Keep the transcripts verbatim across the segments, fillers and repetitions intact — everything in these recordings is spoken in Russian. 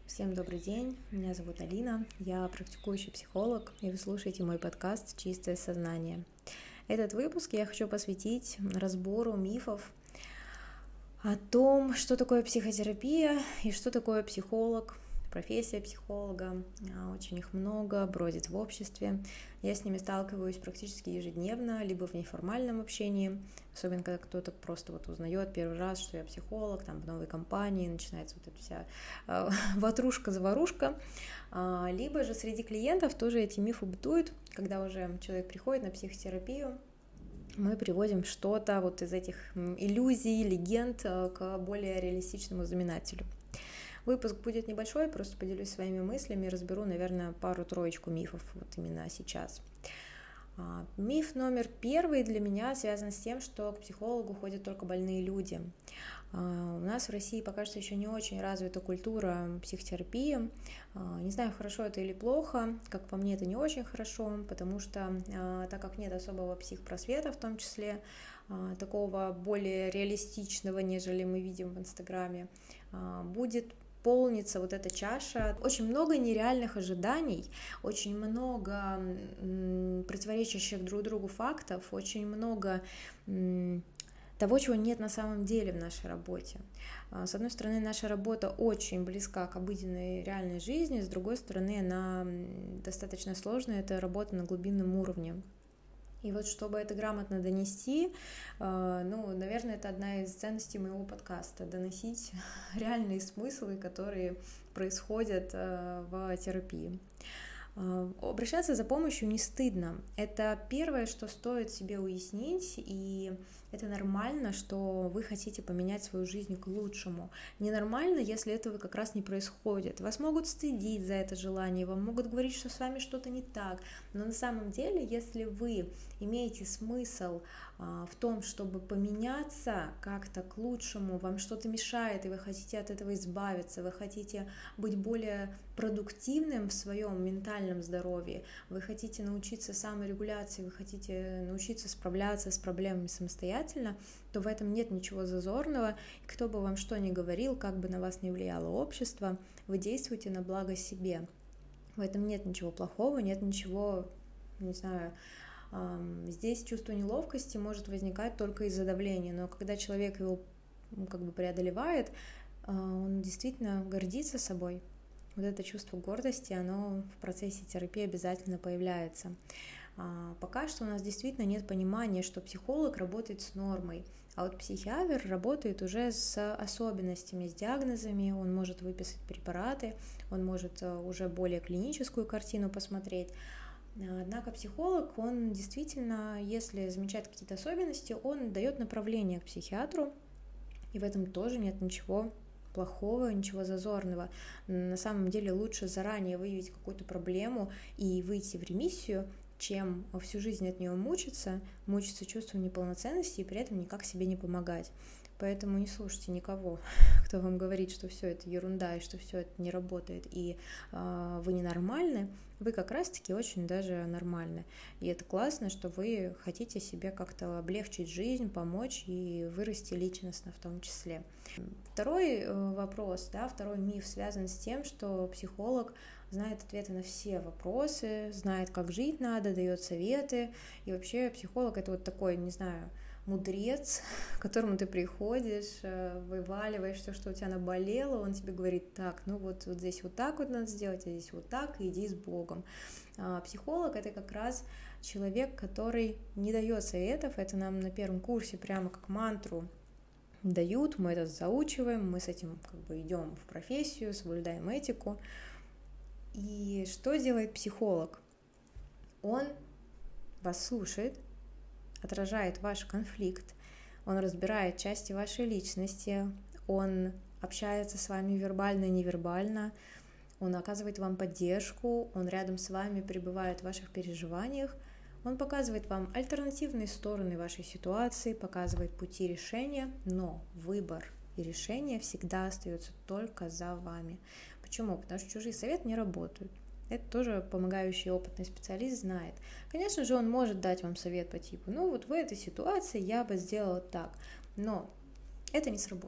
Всем добрый день, меня зовут Алина, я практикующий психолог, и вы слушаете мой подкаст «Чистое сознание». Этот выпуск я хочу посвятить разбору мифов о том, что такое психотерапия и что такое психолог, профессия психолога. Очень их много, бродит в обществе. Я с ними сталкиваюсь практически ежедневно, либо в неформальном общении, особенно когда кто-то просто вот узнает первый раз, что я психолог, там в новой компании начинается вот эта вся э, ватрушка-заварушка. А, либо же среди клиентов тоже эти мифы бытуют, когда уже человек приходит на психотерапию, мы приводим что-то вот из этих иллюзий, легенд к более реалистичному знаменателю. Выпуск будет небольшой, просто поделюсь своими мыслями, разберу, наверное, пару-троечку мифов вот именно сейчас. Миф номер первый для меня связан с тем, что к психологу ходят только больные люди. У нас в России пока что еще не очень развита культура психотерапии. Не знаю, хорошо это или плохо, как по мне, это не очень хорошо, потому что так как нет особого психпросвета, в том числе такого более реалистичного, нежели мы видим в Инстаграме, будет полнится вот эта чаша. Очень много нереальных ожиданий, очень много противоречащих друг другу фактов, очень много того, чего нет на самом деле в нашей работе. С одной стороны, наша работа очень близка к обыденной реальной жизни, с другой стороны, она достаточно сложная, это работа на глубинном уровне. И вот чтобы это грамотно донести, ну, наверное, это одна из ценностей моего подкаста — доносить реальные смыслы, которые происходят в терапии. Обращаться за помощью не стыдно. Это первое, что стоит себе уяснить, и это нормально, что вы хотите поменять свою жизнь к лучшему. Ненормально, если этого как раз не происходит. Вас могут стыдить за это желание, вам могут говорить, что с вами что-то не так, но на самом деле, если вы имеете смысл в том, чтобы поменяться как-то к лучшему, вам что-то мешает, и вы хотите от этого избавиться, вы хотите быть более продуктивным в своем ментальном здоровье, вы хотите научиться саморегуляции, вы хотите научиться справляться с проблемами самостоятельно, то в этом нет ничего зазорного. И кто бы вам что ни говорил, как бы на вас ни влияло общество, вы действуете на благо себе. В этом нет ничего плохого, нет ничего, не знаю, здесь чувство неловкости может возникать только из-за давления, но когда человек его как бы преодолевает, он действительно гордится собой. Вот это чувство гордости, оно в процессе терапии обязательно появляется. Пока что у нас действительно нет понимания, что психолог работает с нормой, а вот психиатр работает уже с особенностями, с диагнозами, он может выписать препараты, он может уже более клиническую картину посмотреть. Однако психолог, он действительно, если замечает какие-то особенности, он дает направление к психиатру, и в этом тоже нет ничего плохого, ничего зазорного. На самом деле лучше заранее выявить какую-то проблему и выйти в ремиссию, чем всю жизнь от нее мучиться, мучиться чувством неполноценности и при этом никак себе не помогать. Поэтому не слушайте никого, кто вам говорит, что все это ерунда и что все это не работает и э, вы ненормальны. Вы как раз-таки очень даже нормальны. И это классно, что вы хотите себе как-то облегчить жизнь, помочь и вырасти личностно в том числе. Второй вопрос, да, второй миф связан с тем, что психолог знает ответы на все вопросы, знает, как жить надо, дает советы. И вообще психолог — это вот такой, не знаю, мудрец, к которому ты приходишь, вываливаешь все, что у тебя наболело, он тебе говорит: так, ну вот, вот здесь вот так вот надо сделать, а здесь вот так, и иди с Богом. А психолог — это как раз человек, который не дает советов, это нам на первом курсе прямо как мантру дают, мы это заучиваем, мы с этим как бы идем в профессию, соблюдаем этику. И что делает психолог? Он вас слушает, отражает ваш конфликт, он разбирает части вашей личности, он общается с вами вербально и невербально, он оказывает вам поддержку, он рядом с вами пребывает в ваших переживаниях, он показывает вам альтернативные стороны вашей ситуации, показывает пути решения, но выбор и решение всегда остается только за вами. Почему? Потому что чужие советы не работают. Это тоже помогающий опытный специалист знает. Конечно же, он может дать вам совет по типу: ну вот в этой ситуации я бы сделала так, но это не сработает.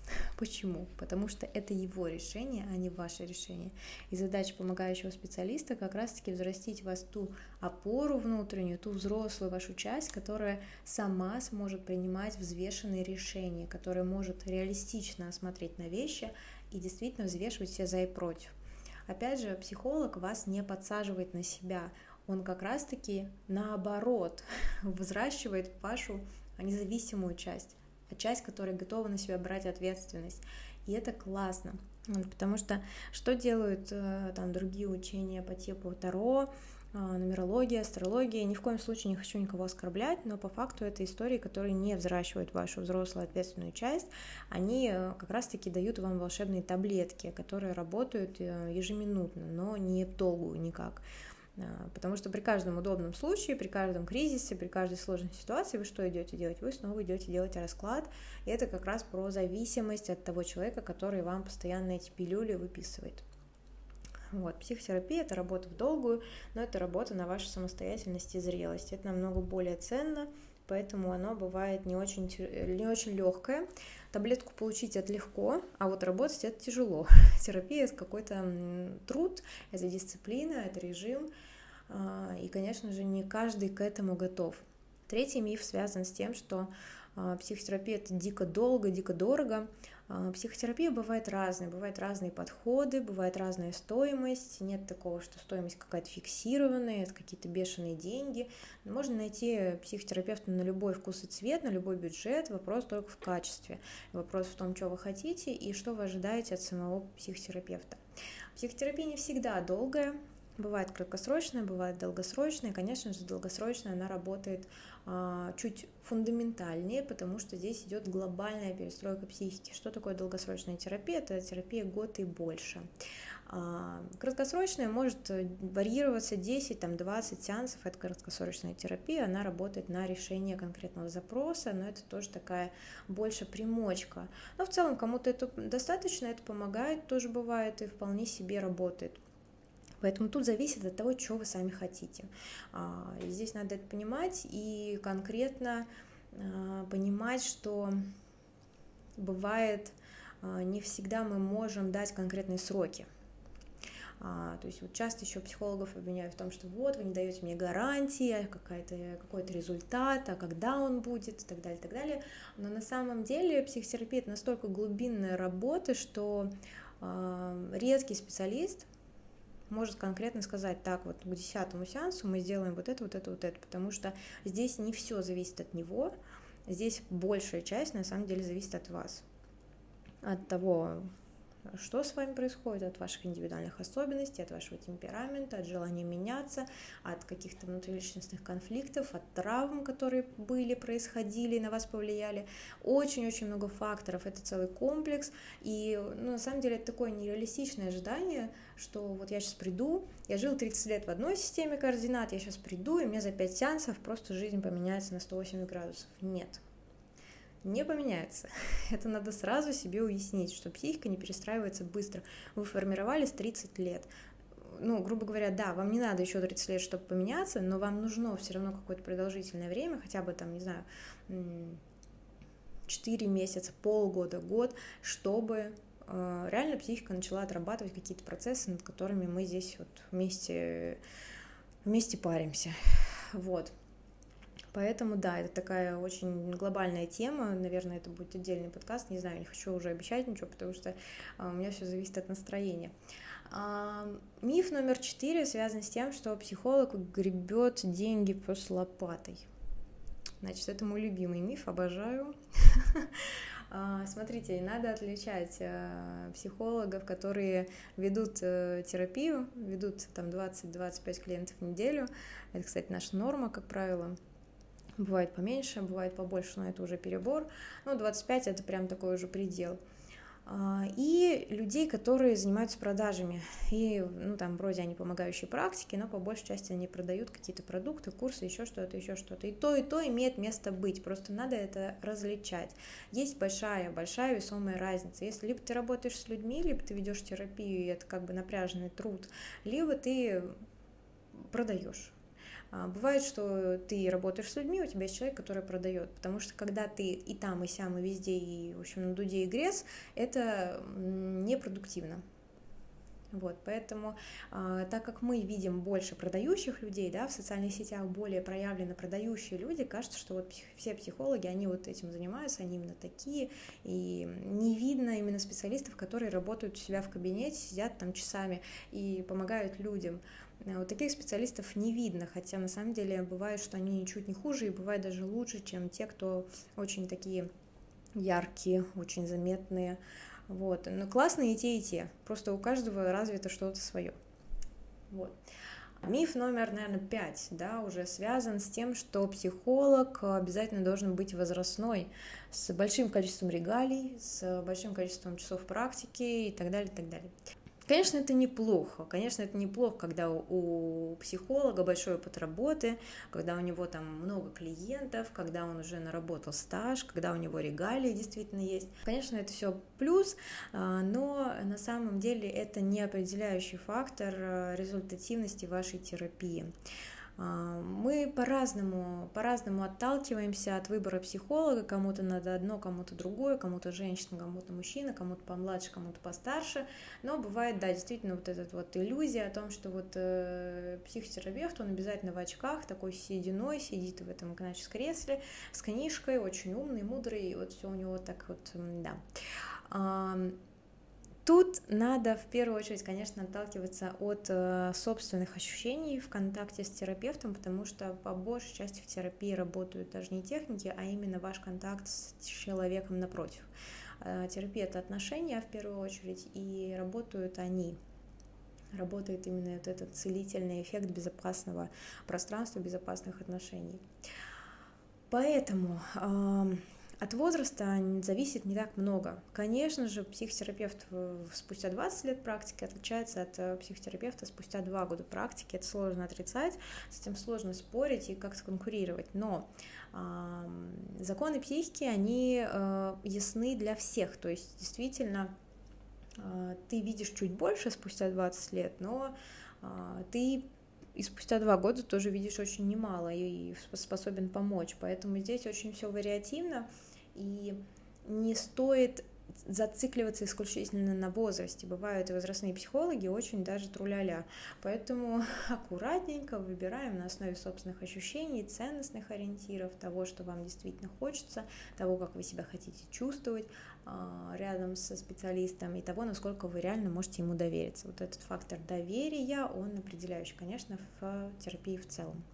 Почему? Потому что это его решение, а не ваше решение. И задача помогающего специалиста как раз-таки взрастить в вас ту опору внутреннюю, ту взрослую вашу часть, которая сама сможет принимать взвешенные решения, которая может реалистично смотреть на вещи и действительно взвешивать все за и против. Опять же, психолог вас не подсаживает на себя, он как раз-таки наоборот взращивает вашу независимую часть, часть, которая готова на себя брать ответственность. И это классно, потому что что делают там другие учения по типу Таро, нумерология, астрология? Ни в коем случае не хочу никого оскорблять, но по факту это истории, которые не взращивают вашу взрослую ответственную часть, они как раз-таки дают вам волшебные таблетки, которые работают ежеминутно, но не в долгую никак. Потому что при каждом удобном случае, при каждом кризисе, при каждой сложной ситуации вы что идете делать? Вы снова идете делать расклад, и это как раз про зависимость от того человека, который вам постоянно эти пилюли выписывает. Вот. Психотерапия – это работа в долгую, но это работа на вашу самостоятельность и зрелость. Это намного более ценно, поэтому оно бывает не очень, не очень легкое. Таблетку получить это легко, а вот работать это тяжело. Терапия – это какой-то труд, это дисциплина, это режим, и, конечно же, не каждый к этому готов. Третий миф связан с тем, что психотерапия – это дико долго, дико дорого. Психотерапия бывает разная, бывают разные подходы, бывает разная стоимость, нет такого, что стоимость какая-то фиксированная, это какие-то бешеные деньги. Можно найти психотерапевта на любой вкус и цвет, на любой бюджет, вопрос только в качестве, вопрос в том, что вы хотите и что вы ожидаете от самого психотерапевта. Психотерапия не всегда долгая, бывает краткосрочная, бывает долгосрочная, конечно же, долгосрочная она работает а, чуть фундаментальнее, потому что здесь идет глобальная перестройка психики. Что такое долгосрочная терапия? Это терапия год и больше. А, краткосрочная может варьироваться десять-двадцать сеансов, это краткосрочная терапия, она работает на решение конкретного запроса, но это тоже такая больше примочка. Но в целом кому-то это достаточно, это помогает, тоже бывает и вполне себе работает. Поэтому тут зависит от того, что вы сами хотите. Здесь надо это понимать и конкретно понимать, что бывает, не всегда мы можем дать конкретные сроки. То есть вот часто еще психологов обвиняют в том, что вот вы не даете мне гарантии, какая-то, какой-то результат, а когда он будет и так далее, и так далее. Но на самом деле психотерапия – это настолько глубинная работа, что редкий специалист может конкретно сказать, так, вот к десятому сеансу мы сделаем вот это, вот это, вот это, потому что здесь не все зависит от него, здесь большая часть на самом деле зависит от вас, от того, что с вами происходит, от ваших индивидуальных особенностей, от вашего темперамента, от желания меняться, от каких-то внутриличностных конфликтов, от травм, которые были, происходили и на вас повлияли. Очень-очень много факторов, это целый комплекс, и ну, на самом деле это такое нереалистичное ожидание, что вот я сейчас приду, я жил тридцать лет в одной системе координат, я сейчас приду, и мне за пять сеансов просто жизнь поменяется на сто восемьдесят градусов. Нет. Не поменяется. Это надо сразу себе уяснить, что психика не перестраивается быстро. Вы формировались тридцать лет. Ну, грубо говоря, да, вам не надо еще тридцать лет, чтобы поменяться, но вам нужно все равно какое-то продолжительное время, хотя бы там, не знаю, четыре месяца, полгода, год, чтобы э, реально психика начала отрабатывать какие-то процессы, над которыми мы здесь вот вместе, вместе паримся. Вот. Поэтому, да, это такая очень глобальная тема, наверное, это будет отдельный подкаст, не знаю, не хочу уже обещать ничего, потому что а, у меня все зависит от настроения. А, миф номер четыре связан с тем, что психолог гребет деньги просто лопатой. Значит, это мой любимый миф, обожаю. Смотрите, надо отличать психологов, которые ведут терапию, ведут там двадцать-двадцать пять клиентов в неделю, это, кстати, наша норма, как правило. Бывает поменьше, бывает побольше, но это уже перебор. Ну, двадцать пять это прям такой уже предел. И людей, которые занимаются продажами. И, ну, там, вроде они помогающие практики, но по большей части они продают какие-то продукты, курсы, еще что-то, еще что-то. И то, и то имеет место быть. Просто надо это различать. Есть большая-большая весомая разница. Если либо ты работаешь с людьми, либо ты ведешь терапию, и это как бы напряженный труд, либо ты продаешь. Бывает, что ты работаешь с людьми, у тебя есть человек, который продает, потому что когда ты и там, и сям, и везде, и, в общем, на дуде и грез, это непродуктивно. Вот, поэтому, э, так как мы видим больше продающих людей, да, в социальных сетях более проявленно продающие люди, кажется, что вот псих, все психологи, они вот этим занимаются, они именно такие, и не видно именно специалистов, которые работают у себя в кабинете, сидят там часами и помогают людям. Вот таких специалистов не видно, хотя на самом деле бывает, что они ничуть не хуже, и бывает даже лучше, чем те, кто очень такие яркие, очень заметные. Вот. Но классные и те, и те. Просто у каждого развито что-то свое. Вот. Миф номер, наверное, пять, да, уже связан с тем, что психолог обязательно должен быть возрастной, с большим количеством регалий, с большим количеством часов практики и так далее, и так далее. Конечно, это неплохо, конечно, это неплохо, когда у психолога большой опыт работы, когда у него там много клиентов, когда он уже наработал стаж, когда у него регалии действительно есть. Конечно, это все плюс, но на самом деле это не определяющий фактор результативности вашей терапии. Мы по-разному, по-разному отталкиваемся от выбора психолога, кому-то надо одно, кому-то другое, кому-то женщина, кому-то мужчина, кому-то помладше, кому-то постарше, но бывает, да, действительно вот эта вот иллюзия о том, что вот э, психотерапевт, он обязательно в очках, такой сединой, сидит в этом, значит, кресле с книжкой, очень умный, мудрый, и вот все у него так вот, да. Тут надо в первую очередь, конечно, отталкиваться от э, собственных ощущений в контакте с терапевтом, потому что по большей части в терапии работают даже не техники, а именно ваш контакт с человеком напротив. Э, терапия — это отношения в первую очередь, и работают они. Работает именно вот этот целительный эффект безопасного пространства, безопасных отношений. Поэтому... Э, От возраста зависит не так много. Конечно же, психотерапевт спустя двадцать лет практики отличается от психотерапевта спустя два года практики. Это сложно отрицать, с этим сложно спорить и как-то конкурировать. Но э, законы психики, они э, ясны для всех. То есть, действительно, э, ты видишь чуть больше спустя двадцать лет, но э, ты... и спустя два года тоже видишь очень немало и способен помочь. Поэтому здесь очень все вариативно, и не стоит зацикливаться исключительно на возрасте. Бывают и возрастные психологи очень даже тру-ля-ля. Поэтому аккуратненько выбираем на основе собственных ощущений, ценностных ориентиров, того, что вам действительно хочется, того, как вы себя хотите чувствовать рядом со специалистом, и того, насколько вы реально можете ему довериться. Вот этот фактор доверия, он определяющий, конечно, в терапии в целом.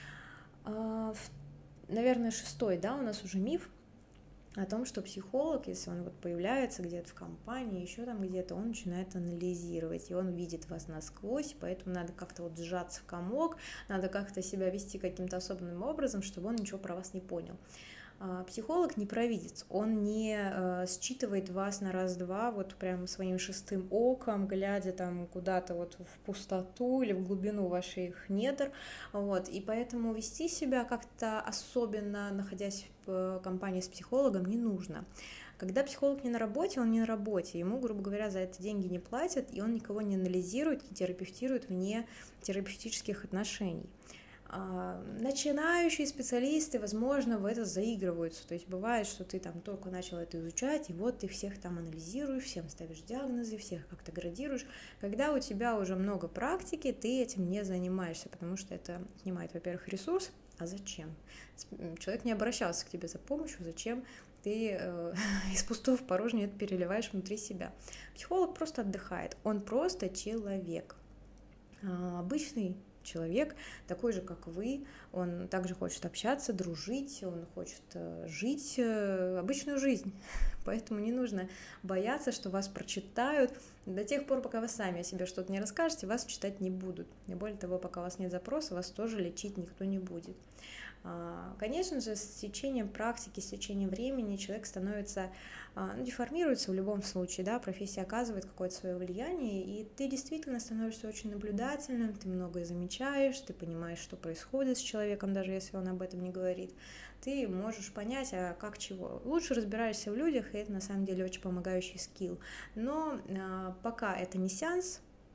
Наверное, шестой, да, у нас уже миф о том, что психолог, если он вот появляется где-то в компании, еще там где-то, он начинает анализировать, и он видит вас насквозь, поэтому надо как-то вот сжаться в комок, надо как-то себя вести каким-то особенным образом, чтобы он ничего про вас не понял. Психолог не провидец, он не э, считывает вас на раз-два вот прям своим шестым оком, глядя там куда-то вот в пустоту или в глубину ваших недр, вот, и поэтому вести себя как-то особенно, находясь в компании с психологом, не нужно. Когда психолог не на работе, он не на работе, ему, грубо говоря, за это деньги не платят, и он никого не анализирует, не терапевтирует вне терапевтических отношений. Начинающие специалисты, возможно, в это заигрываются, то есть бывает, что ты там только начал это изучать, и вот ты всех там анализируешь, всем ставишь диагнозы, всех как-то градируешь. Когда у тебя уже много практики, ты этим не занимаешься, потому что это отнимает, во-первых, ресурс, а зачем? Человек не обращался к тебе за помощью, зачем ты э, из пустого в порожнее это переливаешь внутри себя. Психолог просто отдыхает, он просто человек, а, обычный человек, такой же, как вы, он также хочет общаться, дружить, он хочет жить обычную жизнь, поэтому не нужно бояться, что вас прочитают. До тех пор, пока вы сами о себе что-то не расскажете, вас читать не будут, и более того, пока у вас нет запроса, вас тоже лечить никто не будет. Конечно же, с течением практики, с течением времени человек становится, ну, деформируется в любом случае, да, профессия оказывает какое-то свое влияние, и ты действительно становишься очень наблюдательным, ты многое замечаешь, ты понимаешь, что происходит с человеком, даже если он об этом не говорит, ты можешь понять, а как чего. Лучше разбираешься в людях, и это на самом деле очень помогающий скилл. Но а, пока это не сеанс,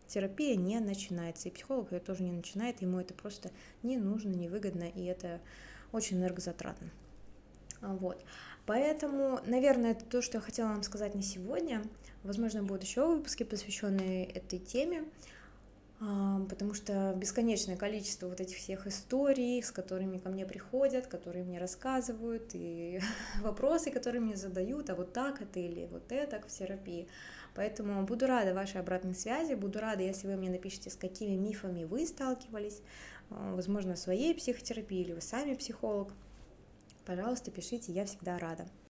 терапия не начинается, и психолог ее тоже не начинает, ему это просто не нужно, невыгодно, и это очень энергозатратно. Вот. Поэтому, наверное, это то, что я хотела вам сказать на сегодня. Возможно, будут еще выпуски, посвященные этой теме, потому что бесконечное количество вот этих всех историй, с которыми ко мне приходят, которые мне рассказывают, и вопросы, которые мне задают, а вот так это или вот это в терапии. Поэтому буду рада вашей обратной связи, буду рада, если вы мне напишите, с какими мифами вы сталкивались, возможно, в своей психотерапии или вы сами психолог. Пожалуйста, пишите, я всегда рада.